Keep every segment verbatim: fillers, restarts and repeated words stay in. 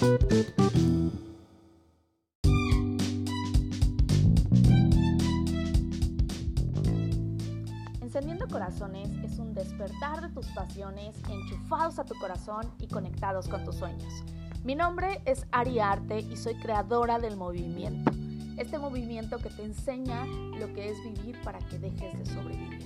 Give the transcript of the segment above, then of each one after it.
Encendiendo Corazones es un despertar de tus pasiones, enchufados a tu corazón y conectados con tus sueños. Mi nombre es Ari Arte y soy creadora del movimiento. Este movimiento que te enseña lo que es vivir para que dejes de sobrevivir.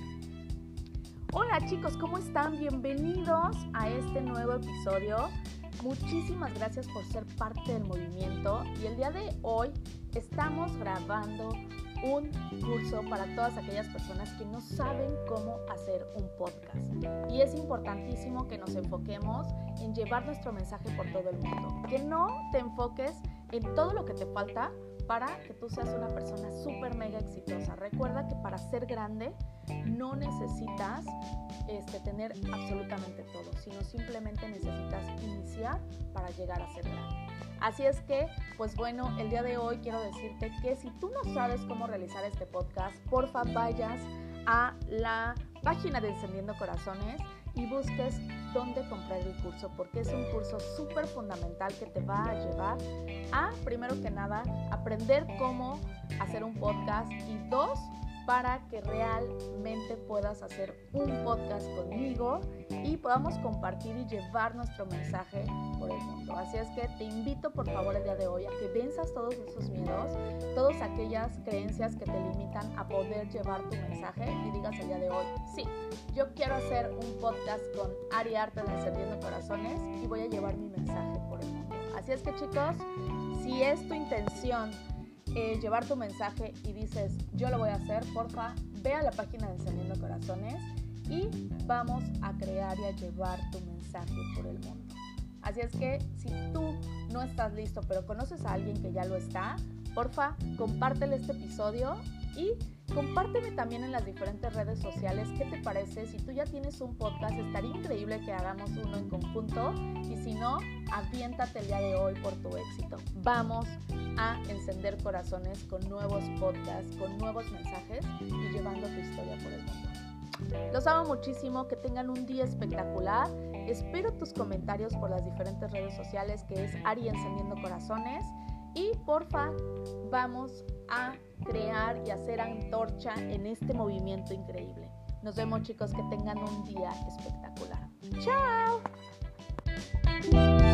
Hola chicos, ¿cómo están? Bienvenidos a este nuevo episodio. Muchísimas gracias por ser parte del movimiento y el día de hoy estamos grabando un curso para todas aquellas personas que no saben cómo hacer un podcast. Y es importantísimo que nos enfoquemos en llevar nuestro mensaje por todo el mundo. Que no te enfoques en todo lo que te falta para que tú seas una persona súper mega exitosa. Recuerda que para ser grande no necesitas este, tener absolutamente todo, sino simplemente necesitas iniciar para llegar a ser grande. Así es que, pues bueno, el día de hoy quiero decirte que si tú no sabes cómo realizar este podcast, porfa vayas a la página de Encendiendo Corazones y busques dónde comprar el curso, porque es un curso súper fundamental que te va a llevar a, primero que nada, aprender cómo hacer un podcast y dos, para que realmente puedas hacer un podcast conmigo y podamos compartir y llevar nuestro mensaje por el mundo. Así es que te invito por favor el día de hoy a que venzas todos esos miedos, todas aquellas creencias que te limitan a poder llevar tu mensaje y digas el día de hoy, sí, yo quiero hacer un podcast con Ari Arte de Encendiendo Corazones y voy a llevar mi mensaje por el mundo. Así es que chicos, si es tu intención Eh, llevar tu mensaje y dices, yo lo voy a hacer, porfa, ve a la página de Encendiendo Corazones y vamos a crear y a llevar tu mensaje por el mundo. Así es que si tú no estás listo, pero conoces a alguien que ya lo está, porfa, compártele este episodio y compárteme también en las diferentes redes sociales qué te parece. Si tú ya tienes un podcast, estaría increíble que hagamos uno en conjunto y si no, aviéntate el día de hoy por tu éxito. Vamos a encender corazones con nuevos podcasts, con nuevos mensajes y llevando tu historia por el mundo. Los amo muchísimo, que tengan un día espectacular. Espero tus comentarios por las diferentes redes sociales, que es Ari Encendiendo Corazones. Y porfa, vamos a crear y hacer antorcha en este movimiento increíble. Nos vemos chicos, que tengan un día espectacular. ¡Chao!